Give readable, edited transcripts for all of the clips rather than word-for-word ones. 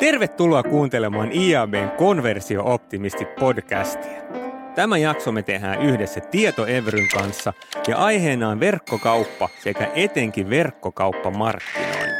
Tervetuloa kuuntelemaan IAB:n Konversio-optimistit-podcastia. Tämä jakso me tehdään yhdessä Tietoevryn kanssa ja aiheena on verkkokauppa sekä etenkin verkkokauppamarkkinointi.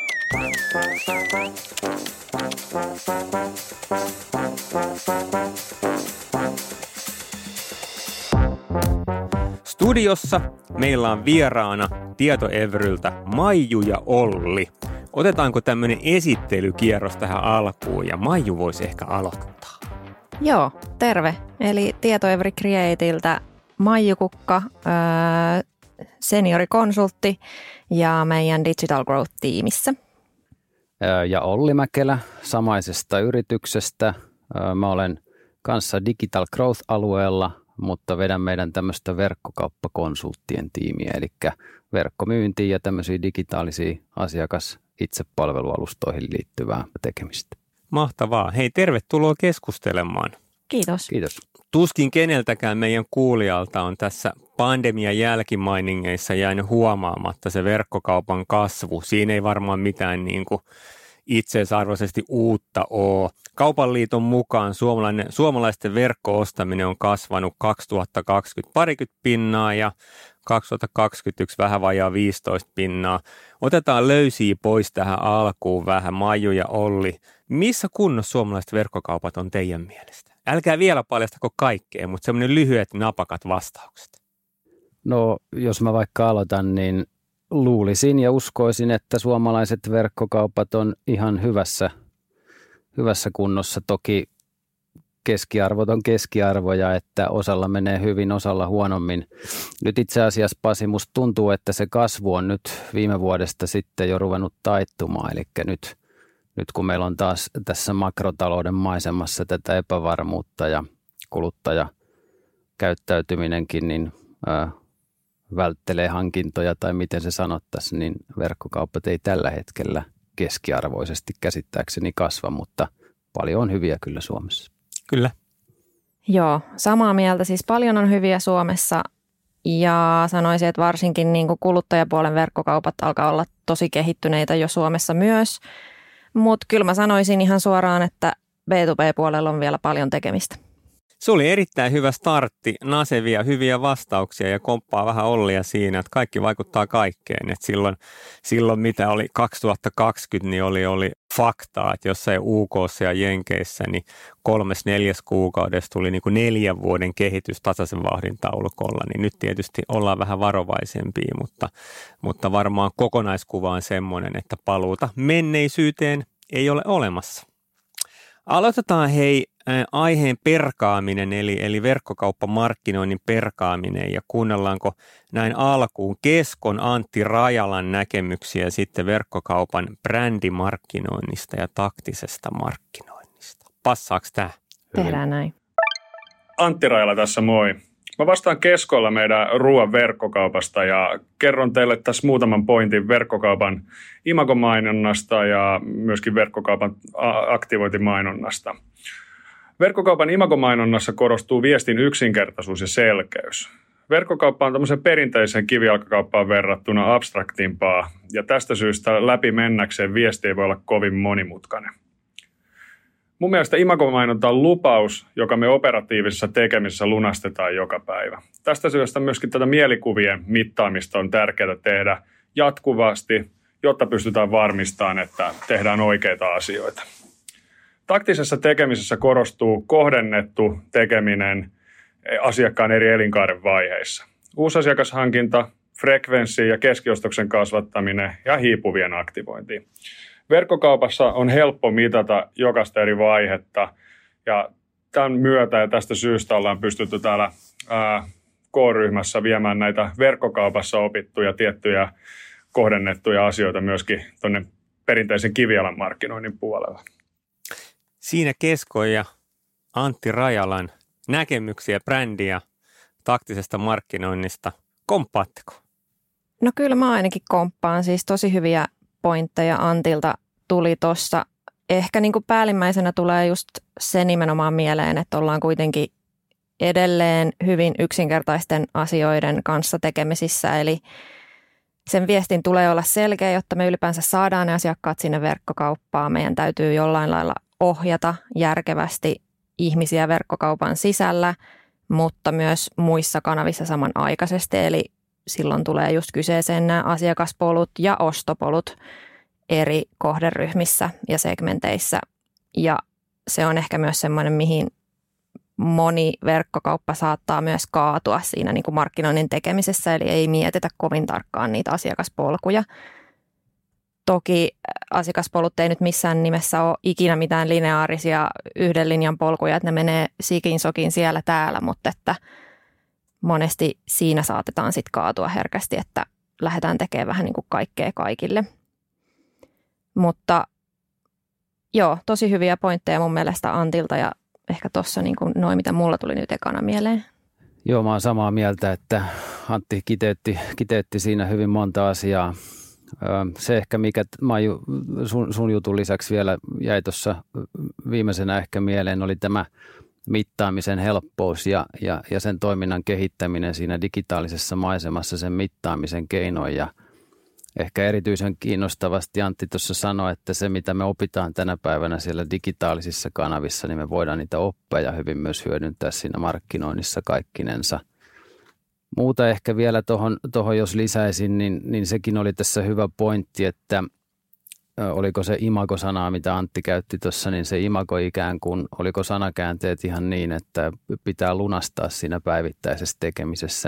Studiossa meillä on vieraana Tietoevryltä Maiju ja Olli. Otetaanko tämmöinen esittelykierros tähän alkuun ja Maiju voisi ehkä aloittaa? Joo, terve. Eli Tietoevry Createiltä Maiju Kukka, seniorikonsultti ja meidän Digital Growth-tiimissä. Ja Olli Mäkelä samaisesta yrityksestä. Mä olen kanssa Digital Growth-alueella, mutta vedän meidän tämmöistä verkkokauppakonsulttien tiimiä, eli verkkomyyntiin ja tämmöisiä digitaalisia itsepalvelualustoihin liittyvää tekemistä. Mahtavaa. Hei, tervetuloa keskustelemaan. Kiitos. Kiitos. Tuskin keneltäkään meidän kuulijalta on tässä pandemian jälkimainingeissa jäänyt huomaamatta se verkkokaupan kasvu. Siinä ei varmaan mitään itseisarvoisesti uutta ole. Kaupan liiton mukaan suomalaisten verkko-ostaminen on kasvanut 2020 parikymmentä % ja 2021 vähän vajaa 15%. Otetaan löysiä pois tähän alkuun vähän, Maiju ja Olli. Missä kunnossa suomalaiset verkkokaupat on teidän mielestä? Älkää vielä paljastako kaikkea, mutta semmoinen lyhyet napakat vastaukset. No, jos mä vaikka aloitan, niin luulisin ja uskoisin, että suomalaiset verkkokaupat on ihan hyvässä kunnossa. Toki keskiarvot on keskiarvoja, että osalla menee hyvin, osalla huonommin. Nyt itse asiassa, Pasi, musta tuntuu, että se kasvu on nyt viime vuodesta sitten jo ruvennut taittumaan. Eli nyt kun meillä on taas tässä makrotalouden maisemassa tätä epävarmuutta ja kuluttajakäyttäytyminenkin, niin välttelee hankintoja tai miten se sanottaisiin, niin verkkokaupat ei tällä hetkellä keskiarvoisesti käsittääkseni kasva, mutta paljon on hyviä kyllä Suomessa. Kyllä. Joo, samaa mieltä. Siis paljon on hyviä Suomessa ja sanoisin, että varsinkin niin kuin kuluttajapuolen verkkokaupat alkaa olla tosi kehittyneitä jo Suomessa myös. Mutta kyllä mä sanoisin ihan suoraan, että B2B-puolella on vielä paljon tekemistä. Se oli erittäin hyvä startti, nasevia, hyviä vastauksia ja komppaa vähän Ollia siinä, että kaikki vaikuttaa kaikkeen. Et silloin mitä oli 2020, niin oli faktaa, että jossain UK:ssa ja Jenkeissä, niin 3-4 kuukaudessa tuli niin kuin 4 vuoden kehitys tasaisen vauhdin taulukolla. Niin nyt tietysti ollaan vähän varovaisempia, mutta varmaan kokonaiskuva on semmoinen, että paluuta menneisyyteen ei ole olemassa. Aloitetaan aiheen perkaaminen, eli verkkokauppamarkkinoinnin perkaaminen, ja kuunnellaanko näin alkuun Keskon Antti Rajalan näkemyksiä sitten verkkokaupan brändimarkkinoinnista ja taktisesta markkinoinnista. Passaako tämä? Tehdään näin. Antti Rajala tässä, moi. Mä vastaan Keskolla meidän ruoan verkkokaupasta ja kerron teille tässä muutaman pointin verkkokaupan imagomainonnasta ja myöskin verkkokaupan aktivointimainonnasta. Verkkokaupan imagomainonnassa korostuu viestin yksinkertaisuus ja selkeys. Verkkokauppa on tämmöisen perinteisen kivijalkakauppaan verrattuna abstraktimpaa ja tästä syystä läpi mennäkseen viesti ei voi olla kovin monimutkainen. Mun mielestä imagomainonta on lupaus, joka me operatiivisessa tekemisessä lunastetaan joka päivä. Tästä syystä myöskin tätä mielikuvien mittaamista on tärkeää tehdä jatkuvasti, jotta pystytään varmistamaan, että tehdään oikeita asioita. Taktisessa tekemisessä korostuu kohdennettu tekeminen asiakkaan eri elinkaaren vaiheissa. Uusasiakashankinta, frekvenssi ja keskiostoksen kasvattaminen ja hiipuvien aktivointi. Verkkokaupassa on helppo mitata jokaista eri vaihetta ja tämän myötä ja tästä syystä ollaan pystytty täällä K-ryhmässä viemään näitä verkkokaupassa opittuja tiettyjä kohdennettuja asioita myöskin tuonne perinteisen kivijalan markkinoinnin puolella. Siinä Kesko ja Antti Rajalan näkemyksiä brändiä taktisesta markkinoinnista. Komppaatteko? No kyllä mä ainakin komppaan, siis tosi hyviä pointteja Antilta tuli tuossa. Ehkä niin kuin päällimmäisenä tulee just se nimenomaan mieleen, että ollaan kuitenkin edelleen hyvin yksinkertaisten asioiden kanssa tekemisissä. Eli Sen viestin tulee olla selkeä, jotta me ylipäänsä saadaan ne asiakkaat sinne verkkokauppaan. Meidän täytyy jollain lailla ohjata järkevästi ihmisiä verkkokaupan sisällä, mutta myös muissa kanavissa samanaikaisesti. Eli silloin tulee just kyseeseen nämä asiakaspolut ja ostopolut eri kohderyhmissä ja segmenteissä. Ja se on ehkä myös semmoinen, mihin moni verkkokauppa saattaa myös kaatua siinä niin kuin markkinoinnin tekemisessä, eli ei mietitä kovin tarkkaan niitä asiakaspolkuja. Toki asiakaspolut ei nyt missään nimessä ole ikinä mitään lineaarisia yhden linjan polkuja, että ne menee sikin sokin siellä täällä, mutta että monesti siinä saatetaan sitten kaatua herkästi, että lähdetään tekemään vähän niin kuin kaikkea kaikille. Mutta joo, tosi hyviä pointteja mun mielestä Antilta ja ehkä tuossa niin kuin noin, mitä mulla tuli nyt ekana mieleen. Joo, mä oon samaa mieltä, että Antti kiteytti siinä hyvin monta asiaa. Se ehkä, mikä sun jutun lisäksi vielä jäi tuossa viimeisenä ehkä mieleen, oli tämä mittaamisen helppous ja sen toiminnan kehittäminen siinä digitaalisessa maisemassa, sen mittaamisen keinoin. Ja ehkä erityisen kiinnostavasti Antti tuossa sanoi, että se mitä me opitaan tänä päivänä siellä digitaalisissa kanavissa, niin me voidaan niitä oppeja hyvin myös hyödyntää siinä markkinoinnissa kaikkinensa. Muuta ehkä vielä tuohon jos lisäisin, niin sekin oli tässä hyvä pointti, että oliko se imago-sanaa, mitä Antti käytti tuossa, niin se imago ikään kuin, oliko sanakäänteet ihan niin, että pitää lunastaa siinä päivittäisessä tekemisessä,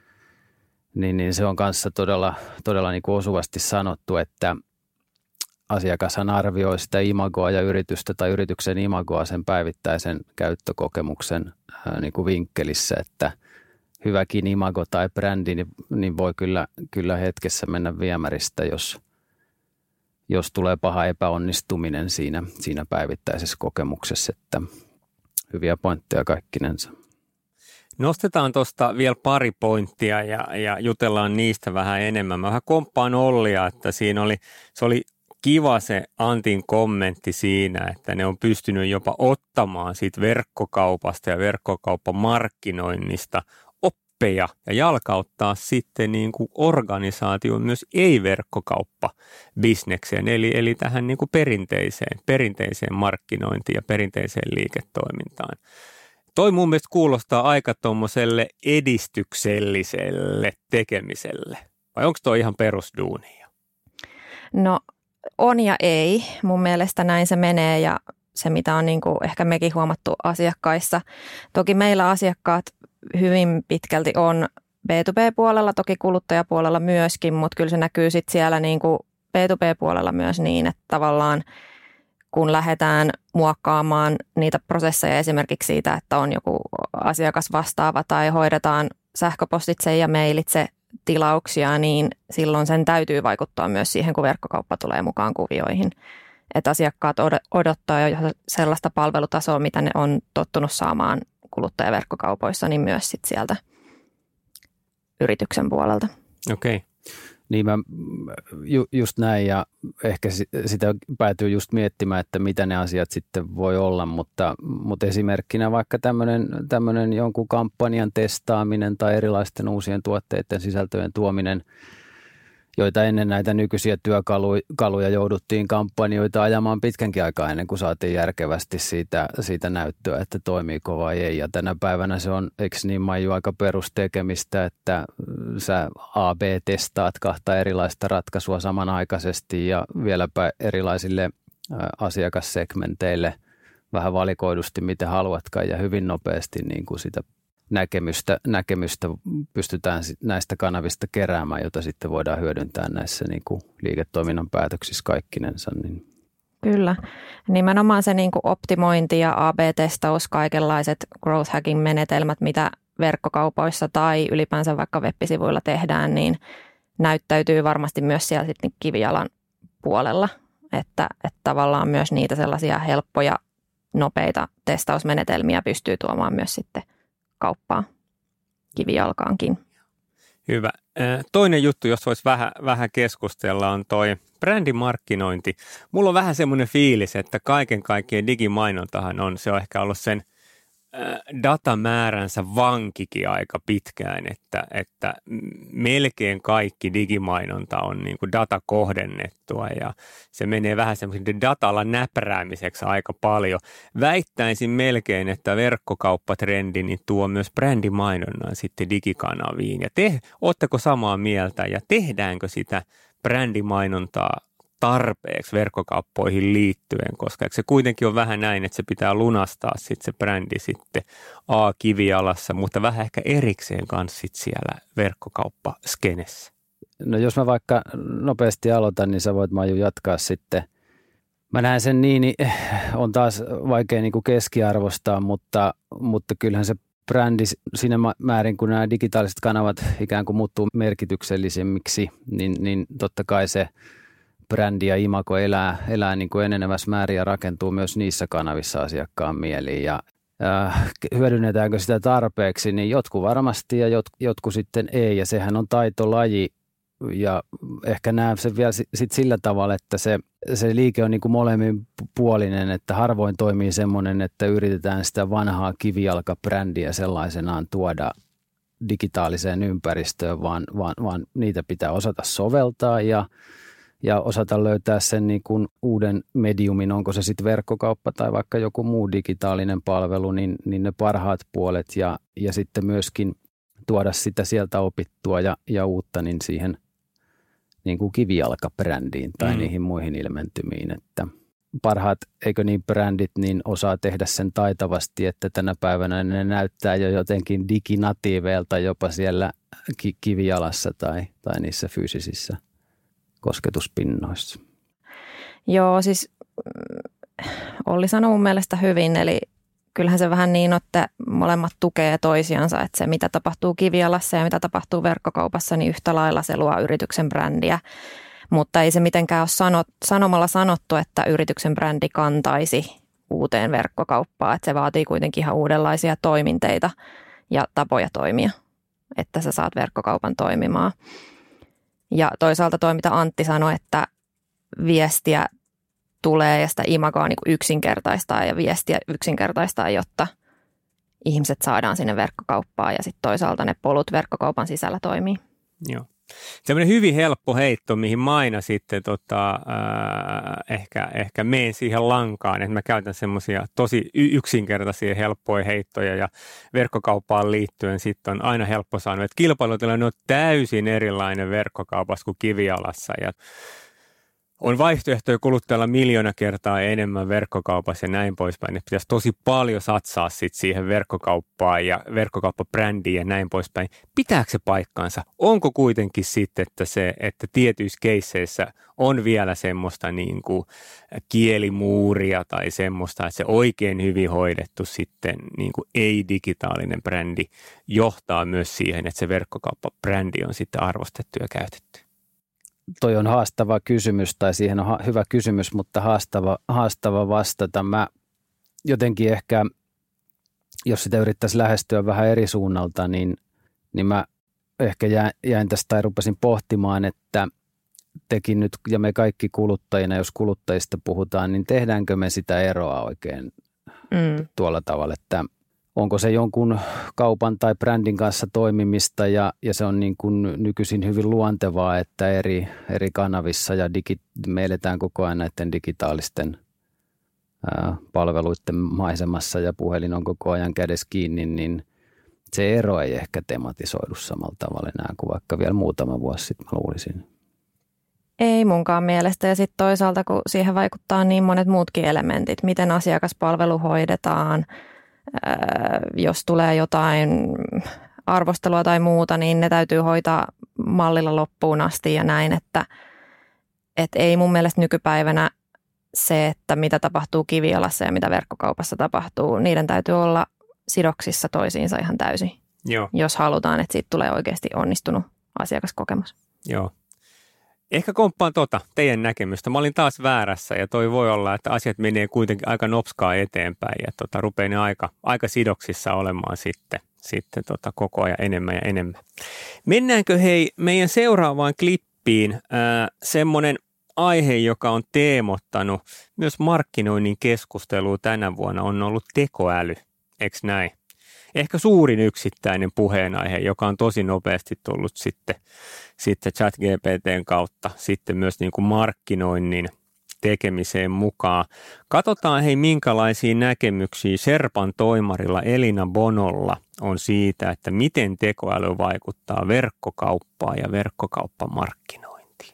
niin se on kanssa todella niin kuin osuvasti sanottu, että asiakashan arvioi sitä imagoa ja yritystä tai yrityksen imagoa sen päivittäisen käyttökokemuksen niin kuin vinkkelissä, että hyväkin imago tai brändi niin voi kyllä hetkessä mennä viemäristä, jos tulee paha epäonnistuminen siinä päivittäisessä kokemuksessa, että hyviä pointteja kaikkinensa. Nostetaan tuosta vielä pari pointtia ja jutellaan niistä vähän enemmän. Mä vähän komppaan Ollia, että se oli kiva se Antin kommentti siinä, että ne on pystynyt jopa ottamaan siitä verkkokaupasta ja verkkokauppamarkkinoinnista oppeja ja jalkauttaa sitten niin kuin organisaation myös ei-verkkokauppa-bisnekseen, eli tähän niin kuin perinteiseen markkinointiin ja perinteiseen liiketoimintaan. Toi mun mielestä kuulostaa aika tuommoiselle edistykselliselle tekemiselle. Vai onko toi ihan perusduunia? No on ja ei. Mun mielestä näin se menee ja se mitä on niin kuin ehkä mekin huomattu asiakkaissa. Toki meillä asiakkaat hyvin pitkälti on B2B-puolella, toki kuluttajapuolella myöskin, mutta kyllä se näkyy sitten siellä niin kuin B2B-puolella myös niin, että tavallaan kun lähdetään muokkaamaan niitä prosesseja esimerkiksi siitä, että on joku asiakas vastaava tai hoidetaan sähköpostitse ja mailitse tilauksia, niin silloin sen täytyy vaikuttaa myös siihen, kun verkkokauppa tulee mukaan kuvioihin. Että asiakkaat odottaa jo sellaista palvelutasoa, mitä ne on tottunut saamaan kuluttajaverkkokaupoissa, niin myös sit sieltä yrityksen puolelta. Okei. Niin mä just näin ja ehkä sitä päätyy just miettimään, että mitä ne asiat sitten voi olla, mutta esimerkkinä vaikka tämmöinen jonkun kampanjan testaaminen tai erilaisten uusien tuotteiden sisältöjen tuominen, joita ennen näitä nykyisiä työkaluja jouduttiin kampanjoita ajamaan pitkänkin aikaa ennen kuin saatiin järkevästi siitä näyttöä, että toimiiko vai ei. Ja tänä päivänä se on, eikö niin Maiju, aika perustekemistä, että sä A/B-testaat kahta erilaista ratkaisua samanaikaisesti ja vieläpä erilaisille asiakassegmenteille vähän valikoidusti miten haluatkaan ja hyvin nopeasti niin kuin sitä näkemystä pystytään näistä kanavista keräämään, jota sitten voidaan hyödyntää näissä niin kuin liiketoiminnan päätöksissä kaikkinensa. Niin. Kyllä. Nimenomaan se niin kuin optimointi ja AB-testaus, kaikenlaiset growth hacking menetelmät, mitä verkkokaupoissa tai ylipäänsä vaikka web-sivuilla tehdään, niin näyttäytyy varmasti myös siellä sitten kivijalan puolella, että tavallaan myös niitä sellaisia helppoja, nopeita testausmenetelmiä pystyy tuomaan myös sitten kauppaa kivijalkaankin. Hyvä. Toinen juttu, jos voisi vähän keskustella, on toi brändimarkkinointi. Mulla on vähän semmoinen fiilis, että kaiken kaikkiaan digimainontahan se on ehkä ollut sen datamääränsä vankikin aika pitkään, että melkein kaikki digimainonta on niin kuin datakohdennettua ja se menee vähän semmoisen datalla näpräämiseksi aika paljon. Väittäisin melkein, että verkkokauppatrendi niin tuo myös brändimainonnan sitten digikanaviin. Ja ootteko samaa mieltä ja tehdäänkö sitä brändimainontaa tarpeeksi verkkokauppoihin liittyen, koska se kuitenkin on vähän näin, että se pitää lunastaa sitten se brändi sitten kivijalassa, mutta vähän ehkä erikseen kanssa sitten siellä verkkokauppaskenessä. No jos mä vaikka nopeasti aloitan, niin sä voit Maiju jatkaa sitten. Mä näen sen niin on taas vaikea niin kuin keskiarvostaa, mutta kyllähän se brändi siinä määrin, kun nämä digitaaliset kanavat ikään kuin muuttuu merkityksellisemmiksi, niin totta kai se brändi ja imago elää niin kuin enenevässä määrin ja rakentuu myös niissä kanavissa asiakkaan mieliin. Ja hyödynnetäänkö sitä tarpeeksi, niin jotkut varmasti ja jotkut sitten ei. Ja sehän on taitolaji ja ehkä näen sen vielä sit sillä tavalla, että se liike on niin kuin molemminpuolinen, että harvoin toimii semmoinen, että yritetään sitä vanhaa kivijalkabrändiä sellaisenaan tuoda digitaaliseen ympäristöön, vaan niitä pitää osata soveltaa ja osata löytää sen niin kuin uuden mediumin, onko se sitten verkkokauppa tai vaikka joku muu digitaalinen palvelu, niin ne parhaat puolet ja sitten myöskin tuoda sitä sieltä opittua ja uutta niin siihen niin kuin kivijalkabrändiin tai niihin muihin ilmentymiin, että parhaat, eikö niin brändit, niin osaa tehdä sen taitavasti, että tänä päivänä ne näyttää jo jotenkin diginatiiveilta jopa siellä kivijalassa tai niissä fyysisissä kosketuspinnoissa. Joo, siis Olli sanoi mun mielestä hyvin, eli kyllähän se vähän niin, että molemmat tukee toisiansa, että se mitä tapahtuu kivijalassa ja mitä tapahtuu verkkokaupassa, niin yhtä lailla se luo yrityksen brändiä. Mutta ei se mitenkään ole sanomalla sanottu, että yrityksen brändi kantaisi uuteen verkkokauppaan, että se vaatii kuitenkin ihan uudenlaisia toiminteita ja tapoja toimia, että sä saat verkkokaupan toimimaan. Ja toisaalta toi, mitä Antti sanoi, että viestiä tulee ja sitä imagoa niin kuin yksinkertaistaa ja viestiä yksinkertaistaa, jotta ihmiset saadaan sinne verkkokauppaan ja sitten toisaalta ne polut verkkokaupan sisällä toimii. Joo. Sellainen hyvin helppo heitto, mihin mä aina sitten ehkä menen siihen lankaan, että mä käytän semmoisia tosi yksinkertaisia helppoja heittoja ja verkkokauppaan liittyen sitten on aina helppo sanoa, että kilpailutilanne on täysin erilainen verkkokaupassa kuin kivijalassa ja on vaihtoehtoja kuluttajalla 1,000,000 kertaa enemmän verkkokaupassa ja näin poispäin. Ne pitäisi tosi paljon satsaa sit siihen verkkokauppaan ja verkkokauppabrändiin ja näin poispäin. Pitääkö se paikkaansa? Onko kuitenkin sitten, että tietyissä keisseissä on vielä semmoista niin kuin kielimuuria tai semmoista, että se oikein hyvin hoidettu sitten niin kuin ei-digitaalinen brändi johtaa myös siihen, että se verkkokauppabrändi on sitten arvostettu ja käytetty? Toi on haastava kysymys, tai siihen on hyvä kysymys, mutta haastava vastata. Mä jotenkin ehkä, jos sitä yrittäisi lähestyä vähän eri suunnalta, niin mä ehkä jäin tästä tai rupesin pohtimaan, että tekin nyt ja me kaikki kuluttajina, jos kuluttajista puhutaan, niin tehdäänkö me sitä eroa oikein tuolla tavalla, että onko se jonkun kaupan tai brändin kanssa toimimista ja se on niin kuin nykyisin hyvin luontevaa, että eri kanavissa ja me eletään koko ajan näiden digitaalisten palveluiden maisemassa ja puhelin on koko ajan kädessä kiinni, niin se ero ei ehkä tematisoidu samalla tavalla enää kuin vaikka vielä muutama vuosi sitten mä luulisin. Ei munkaan mielestä ja sitten toisaalta kun siihen vaikuttaa niin monet muutkin elementit, miten asiakaspalvelu hoidetaan, jos tulee jotain arvostelua tai muuta, niin ne täytyy hoitaa mallilla loppuun asti ja näin, että ei mun mielestä nykypäivänä se, että mitä tapahtuu kivijalassa ja mitä verkkokaupassa tapahtuu, niiden täytyy olla sidoksissa toisiinsa ihan täysin, Joo. Jos halutaan, että siitä tulee oikeasti onnistunut asiakaskokemus. Joo. Ehkä komppaan teidän näkemystä. Mä olin taas väärässä ja toi voi olla, että asiat menee kuitenkin aika nopskaa eteenpäin ja rupeaa ne aika sidoksissa olemaan sitten koko ajan enemmän ja enemmän. Mennäänkö meidän seuraavaan klippiin semmoinen aihe, joka on teemottanut myös markkinoinnin keskustelua tänä vuonna, on ollut tekoäly. eikö näin? Ehkä suurin yksittäinen puheenaihe, joka on tosi nopeasti tullut sitten ChatGPTn kautta sitten myös niin kuin markkinoinnin tekemiseen mukaan. Katsotaan minkälaisia näkemyksiä Sherpan toimarilla Elina Bonolla on siitä, että miten tekoäly vaikuttaa verkkokauppaan ja verkkokauppamarkkinointiin.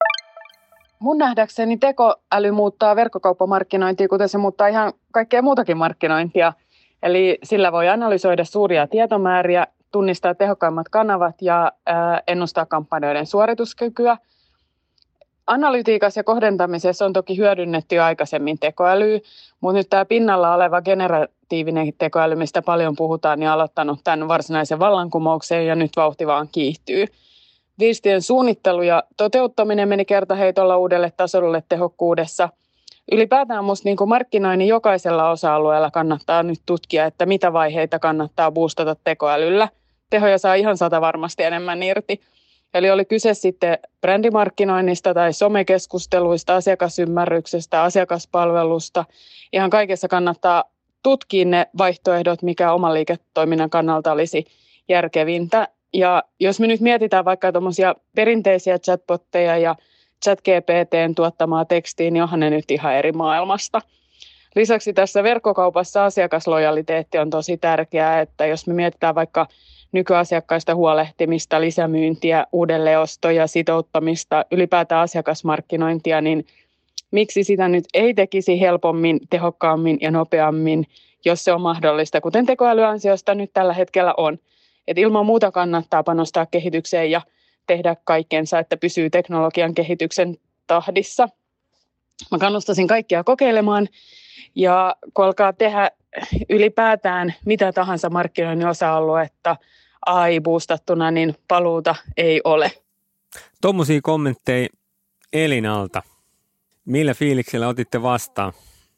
Mun nähdäkseni tekoäly muuttaa verkkokauppamarkkinointia, kuten se muuttaa ihan kaikkea muutakin markkinointia. Eli sillä voi analysoida suuria tietomääriä, tunnistaa tehokkaimmat kanavat ja ennustaa kampanjoiden suorituskykyä. Analytiikassa ja kohdentamisessa on toki hyödynnetty jo aikaisemmin tekoälyä, mutta nyt tämä pinnalla oleva generatiivinen tekoäly, mistä paljon puhutaan, niin on aloittanut tämän varsinaisen vallankumouksen ja nyt vauhti vaan kiihtyy. Viestien suunnittelu ja toteuttaminen meni kertaheitolla uudelle tasolle tehokkuudessa. Ylipäätään minusta niin markkinoinnin jokaisella osa-alueella kannattaa nyt tutkia, että mitä vaiheita kannattaa boostata tekoälyllä. Tehoja saa ihan varmasti enemmän irti. Eli oli kyse sitten brändimarkkinoinnista tai somekeskusteluista, asiakasymmärryksestä, asiakaspalvelusta. Ihan kaikessa kannattaa tutkia ne vaihtoehdot, mikä oman liiketoiminnan kannalta olisi järkevintä. Ja jos me nyt mietitään vaikka tuommoisia perinteisiä chatbotteja ja ChatGPT:n tuottamaa tekstiä, niin onhan ne nyt ihan eri maailmasta. Lisäksi tässä verkkokaupassa asiakaslojaliteetti on tosi tärkeää, että jos me mietitään vaikka nykyasiakkaista huolehtimista, lisämyyntiä, uudelleenostoja, sitouttamista, ylipäätään asiakasmarkkinointia, niin miksi sitä nyt ei tekisi helpommin, tehokkaammin ja nopeammin, jos se on mahdollista, kuten tekoälyansiosta nyt tällä hetkellä on. Et ilman muuta kannattaa panostaa kehitykseen ja tehdä kaikkensa, että pysyy teknologian kehityksen tahdissa. Mä kannustaisin kaikkia kokeilemaan ja kun alkaa tehdä ylipäätään mitä tahansa markkinoinnin osa-aluetta AI-boostattuna, niin paluuta ei ole. Tuommoisia kommentteja Elinalta. Millä fiiliksellä otitte vastaan?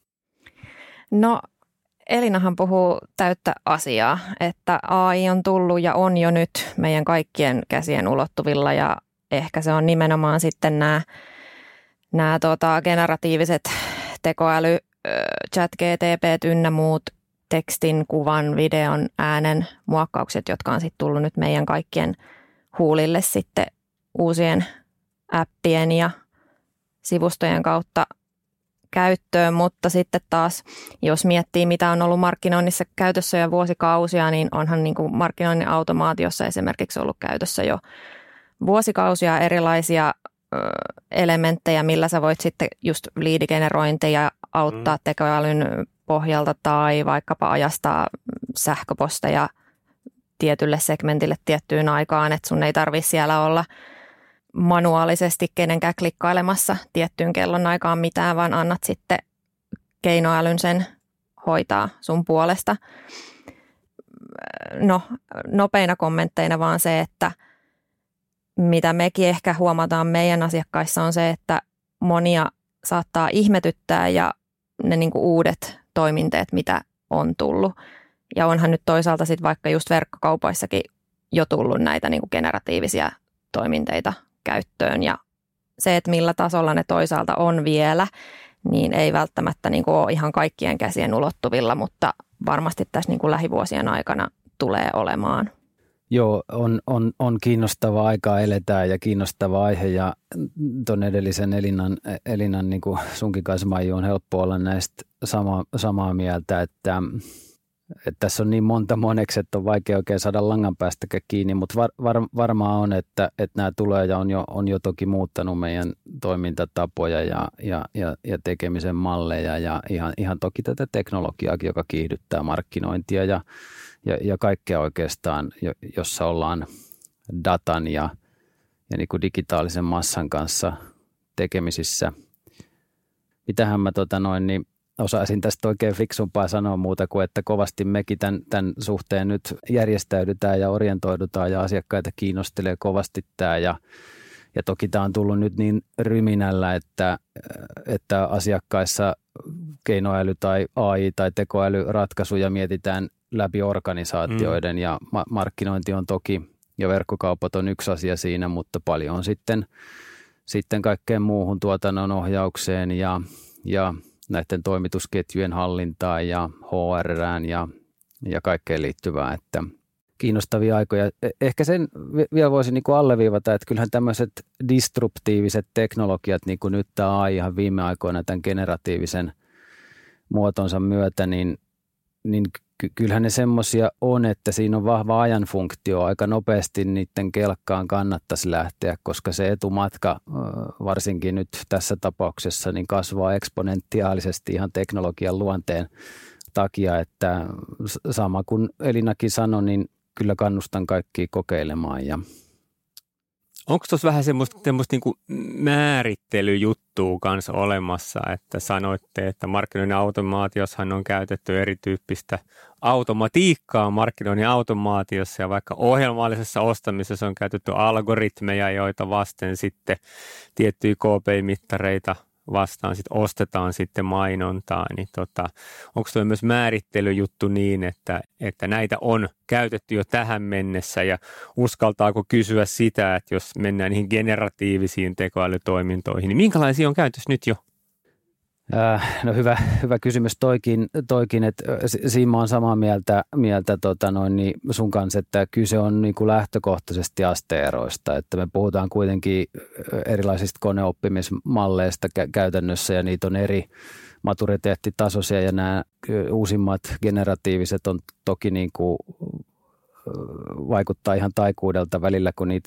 No Elinahan puhuu täyttä asiaa, että AI on tullut ja on jo nyt meidän kaikkien käsien ulottuvilla ja ehkä se on nimenomaan sitten nämä generatiiviset tekoäly, ChatGPT ynnä muut tekstin, kuvan, videon, äänen muokkaukset, jotka on sitten tullut nyt meidän kaikkien huulille sitten uusien appien ja sivustojen kautta käyttöön, mutta sitten taas, jos miettii, mitä on ollut markkinoinnissa käytössä jo vuosikausia, niin onhan niin kuin markkinoinnin automaatiossa esimerkiksi ollut käytössä jo vuosikausia erilaisia elementtejä, millä sä voit sitten just liidigenerointeja auttaa tekoälyn pohjalta tai vaikkapa ajastaa sähköposteja tietylle segmentille tiettyyn aikaan, että sun ei tarvitse siellä olla manuaalisesti kenenkään klikkailemassa tiettyyn kellonaikaan mitään, vaan annat sitten keinoälyn sen hoitaa sun puolesta. No, nopeina kommentteina vaan se, että mitä mekin ehkä huomataan meidän asiakkaissa on se, että monia saattaa ihmetyttää ja ne niin kuin uudet toiminteet, mitä on tullut. Ja onhan nyt toisaalta sitten vaikka just verkkokaupoissakin jo tullut näitä niin kuin generatiivisia toiminteita käyttöön. Ja se, että millä tasolla ne toisaalta on vielä, niin ei välttämättä niin kuin ole ihan kaikkien käsien ulottuvilla, mutta varmasti tässä niin kuin lähivuosien aikana tulee olemaan. Joo, on kiinnostavaa aikaa eletään ja kiinnostava aihe ja tuon edellisen Elinan niin kuin sunkin kanssa Maiju on helppo olla näistä samaa mieltä, että tässä on niin monta moneksi, että on vaikea oikein saada langan päästäkään kiinni, mutta varmaan on, että nämä tulee ja on jo toki muuttanut meidän toimintatapoja ja tekemisen malleja ja ihan toki tätä teknologiaakin, joka kiihdyttää markkinointia ja kaikkea oikeastaan, jossa ollaan datan ja niin kuin digitaalisen massan kanssa tekemisissä. Mitähän mä niin osaisin tästä oikein fiksumpaa sanoa muuta kuin, että kovasti mekin tämän suhteen nyt järjestäydytään ja orientoidutaan ja asiakkaita kiinnostelee kovasti tämä ja toki tämä on tullut nyt niin ryminällä, että asiakkaissa keinoäly tai AI tai tekoälyratkaisuja mietitään läpi organisaatioiden ja markkinointi on toki ja verkkokaupat on yksi asia siinä, mutta paljon on sitten kaikkeen muuhun tuotannon ohjaukseen ja näiden toimitusketjujen hallintaan ja HR:ään ja ja kaikkeen liittyvää, että kiinnostavia aikoja. Ehkä sen vielä voisi niin kuin alleviivata, että kyllähän tämmöiset disruptiiviset teknologiat, niin kuin nyt tämä AI ihan viime aikoina tämän generatiivisen muotonsa myötä, niin kyllähän ne semmoisia on, että siinä on vahva ajanfunktio. Aika nopeasti niiden kelkkaan kannattaisi lähteä, koska se etumatka varsinkin nyt tässä tapauksessa niin kasvaa eksponentiaalisesti ihan teknologian luonteen takia, että sama kuin Elinakin sanoi, niin kyllä kannustan kaikkia kokeilemaan. Ja onko tuossa vähän semmoista niinku määrittelyjuttua kanssa olemassa, että sanoitte, että markkinoinnin automaatiossahan on käytetty erityyppistä automatiikkaa markkinoinnin automaatiossa ja vaikka ohjelmallisessa ostamisessa on käytetty algoritmeja, joita vasten sitten tiettyjä KPI-mittareita vastaan sitten ostetaan sitten mainontaa, niin onko tuo myös määrittelyjuttu niin, että näitä on käytetty jo tähän mennessä ja uskaltaako kysyä sitä, että jos mennään niihin generatiivisiin tekoälytoimintoihin, niin minkälaisia on käytössä nyt jo? No hyvä kysymys toikin, että siinä mä oon samaa mieltä niin sun kanssa, että kyse on niin kuin lähtökohtaisesti asteeroista, että me puhutaan kuitenkin erilaisista koneoppimismalleista käytännössä ja niitä on eri maturiteettitasoisia ja nämä uusimmat generatiiviset on toki niin kuin vaikuttaa ihan taikuudelta välillä, kun niitä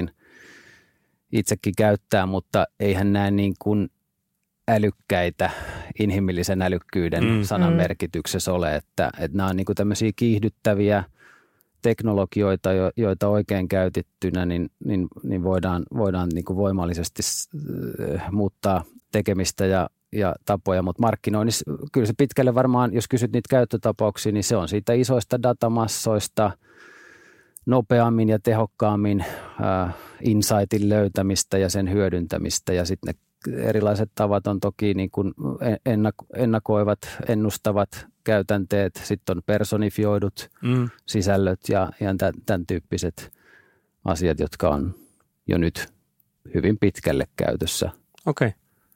itsekin käyttää, mutta eihän nämä niin kuin älykkäitä inhimillisen älykkyyden sanan merkityksessä ole, että nämä on niin kuin tämmöisiä kiihdyttäviä teknologioita, joita oikein käytettynä niin voidaan niin kuin voimallisesti muuttaa tekemistä ja tapoja, mutta markkinoinnissa kyllä se pitkälle varmaan, jos kysyt niitä käyttötapauksia, niin se on siitä isoista datamassoista nopeammin ja tehokkaammin insightin löytämistä ja sen hyödyntämistä ja sitten ne erilaiset tavat on toki niin kuin ennakoivat, ennustavat käytänteet, sitten on personifioidut sisällöt ja tämän tyyppiset asiat, jotka on jo nyt hyvin pitkälle käytössä. Okei.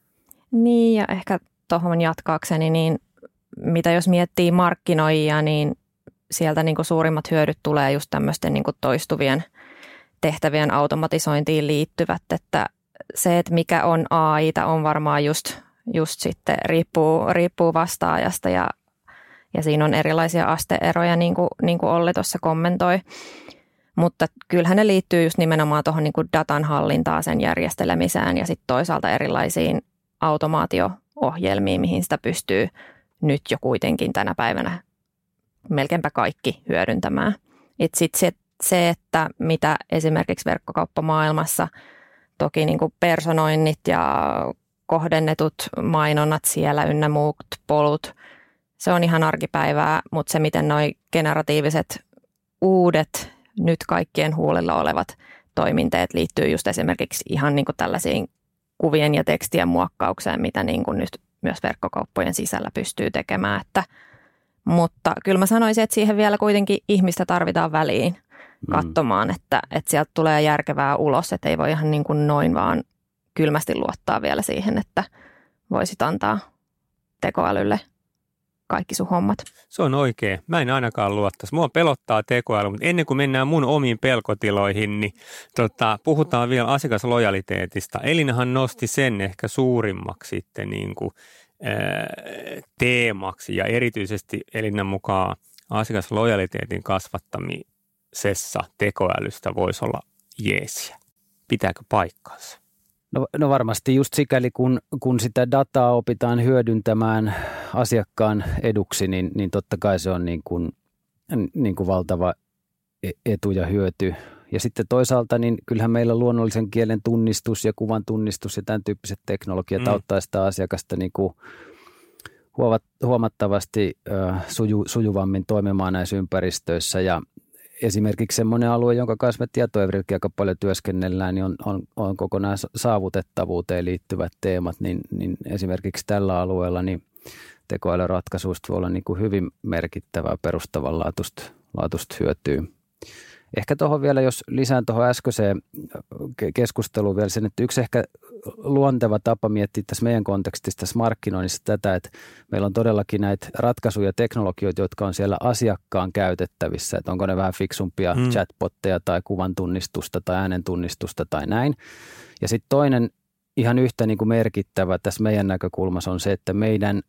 Niin ja ehkä tuohon jatkaakseni, niin mitä jos miettii markkinoijia, niin sieltä niin kuin suurimmat hyödyt tulee just tämmöisten niin kuin toistuvien tehtävien automatisointiin liittyvät, että se, että mikä on AI:ta, on varmaan just sitten riippuu vastaajasta ja siinä on erilaisia asteeroja, niin kuin Olli tuossa kommentoi. Mutta kyllähän ne liittyy just nimenomaan tuohon niin kuin datan hallintaan, sen järjestelemiseen ja sitten toisaalta erilaisiin automaatio-ohjelmiin, mihin sitä pystyy nyt jo kuitenkin tänä päivänä melkeinpä kaikki hyödyntämään. Sitten se, että mitä esimerkiksi verkkokauppamaailmassa toki niin kuin personoinnit ja kohdennetut mainonnat siellä ynnä muut polut, se on ihan arkipäivää, mutta se miten nuo generatiiviset uudet, nyt kaikkien huulilla olevat toiminteet liittyy just esimerkiksi ihan niin kuin tällaisiin kuvien ja tekstien muokkaukseen, mitä niin kuin nyt myös verkkokauppojen sisällä pystyy tekemään. Mutta kyllä mä sanoisin, että siihen vielä kuitenkin ihmistä tarvitaan väliin katsomaan, että sieltä tulee järkevää ulos, että ei voi ihan niin kuin noin vaan kylmästi luottaa vielä siihen, että voisit antaa tekoälylle kaikki sun hommat. Se on oikein. Mä en ainakaan luottaisi. Mua pelottaa tekoäly, mutta ennen kuin mennään mun omiin pelkotiloihin, niin puhutaan vielä asiakaslojaliteetista. Elinahan nosti sen ehkä suurimmaksi sitten niin kuin, teemaksi ja erityisesti Elinan mukaan asiakaslojaliteetin kasvattamisessa tekoälystä voisi olla jeesiä. Pitääkö paikkansa? No varmasti just sikäli, kun sitä dataa opitaan hyödyntämään asiakkaan eduksi, niin totta kai se on niin kuin valtava etu ja hyöty. Ja sitten toisaalta, niin kyllähän meillä luonnollisen kielen tunnistus ja kuvan tunnistus ja tämän tyyppiset teknologiat auttaa sitä asiakasta niin kuin huomattavasti sujuvammin toimimaan näissä ympäristöissä. Ja esimerkiksi semmoinen alue, jonka kanssa me Tietoevrilläkin aika paljon työskennellään, niin on kokonaan saavutettavuuteen liittyvät teemat, niin esimerkiksi tällä alueella niin tekoälyratkaisuista voi olla niin kuin hyvin merkittävää perustavanlaatuista hyötyä. Ehkä tuohon vielä, jos lisään tuohon äskeiseen keskusteluun vielä sen, että yksi ehkä luonteva tapa miettiä tässä meidän kontekstissa tässä markkinoinnissa tätä, että meillä on todellakin näitä ratkaisuja ja teknologioita, jotka on siellä asiakkaan käytettävissä, että onko ne vähän fiksumpia chatbotteja tai kuvan tunnistusta tai äänen tunnistusta tai näin. Ja sitten toinen ihan yhtä niin kuin merkittävä tässä meidän näkökulmassa on se, että meidän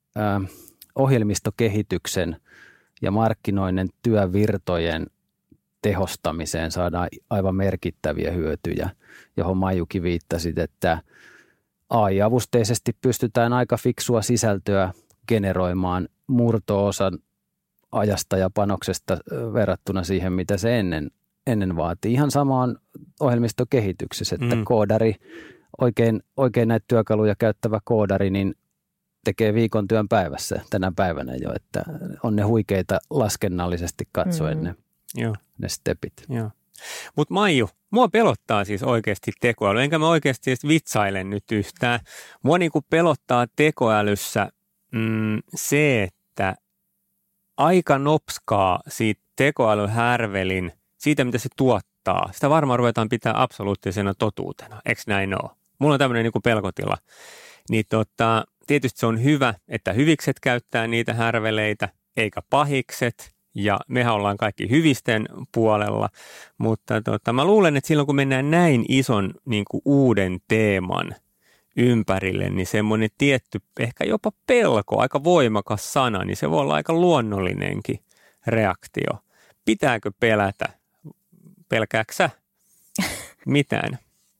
ohjelmistokehityksen ja markkinoinnin työvirtojen tehostamiseen saadaan aivan merkittäviä hyötyjä, johon Maijukin viittasit, että AI-avusteisesti pystytään aika fiksua sisältöä generoimaan murto-osan ajasta ja panoksesta verrattuna siihen, mitä se ennen vaatii. Ihan sama on ohjelmistokehityksessä, että koodari, oikein näitä työkaluja käyttävä koodari, niin tekee viikon työn päivässä tänä päivänä jo, että on ne huikeita laskennallisesti katsoen ne stepit. Mutta Maiju, mua pelottaa siis oikeasti tekoäly, enkä mä oikeasti edes vitsaile nyt yhtään. Mua niinku pelottaa tekoälyssä se, että aika nopskaa siitä tekoälyhärvelin, siitä mitä se tuottaa, sitä varmaan ruvetaan pitää absoluuttisena totuutena, eikö näin ole? Mulla on tämmöinen niinku pelkotila. Niin tietysti se on hyvä, että hyvikset käyttää niitä härveleitä, eikä pahikset. Ja mehän ollaan kaikki hyvisten puolella, mutta mä luulen, että silloin kun mennään näin ison niin kuin uuden teeman ympärille, niin semmoinen tietty, ehkä jopa pelko, aika voimakas sana, niin se voi olla aika luonnollinenkin reaktio. Pitääkö pelätä? Pelkääksä sä mitään?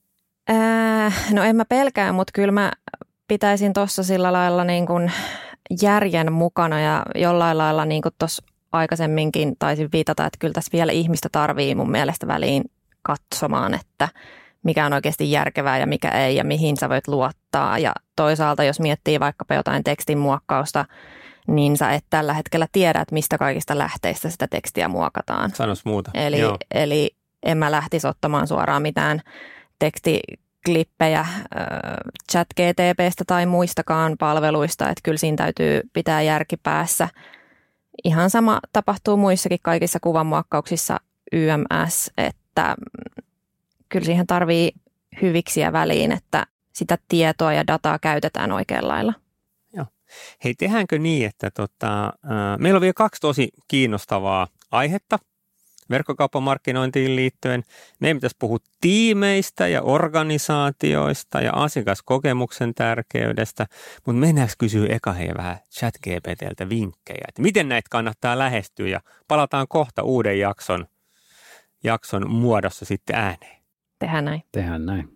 No en mä pelkää, mutta kyllä mä pitäisin tuossa sillä lailla niin kuin järjen mukana ja jollain lailla niin kuin tuossa aikaisemminkin taisin viitata, että kyllä tässä vielä ihmistä tarvii mun mielestä väliin katsomaan, että mikä on oikeasti järkevää ja mikä ei ja mihin sä voit luottaa. Ja toisaalta jos miettii vaikkapa jotain tekstin muokkausta, niin sä et tällä hetkellä tiedä, että mistä kaikista lähteistä sitä tekstiä muokataan. Sanois muuta. Eli en mä lähtisi ottamaan suoraan mitään tekstiklippejä ChatGPT:stä tai muistakaan palveluista, että kyllä siinä täytyy pitää järki päässä. Ihan sama tapahtuu muissakin kaikissa kuvanmuokkauksissa YMS, että kyllä siihen tarvii hyviksiä väliin, että sitä tietoa ja dataa käytetään oikealla lailla. Joo. Hei, tehdäänkö niin, että meillä on vielä 2 tosi kiinnostavaa aihetta verkkokauppamarkkinointiin liittyen. Meidän pitäisi puhua tiimeistä ja organisaatioista ja asiakaskokemuksen tärkeydestä, mutta mennäänkö kysyä eka vähän ChatGPT:ltä vinkkejä, että miten näitä kannattaa lähestyä ja palataan kohta uuden jakson muodossa sitten ääneen. Tehdään näin.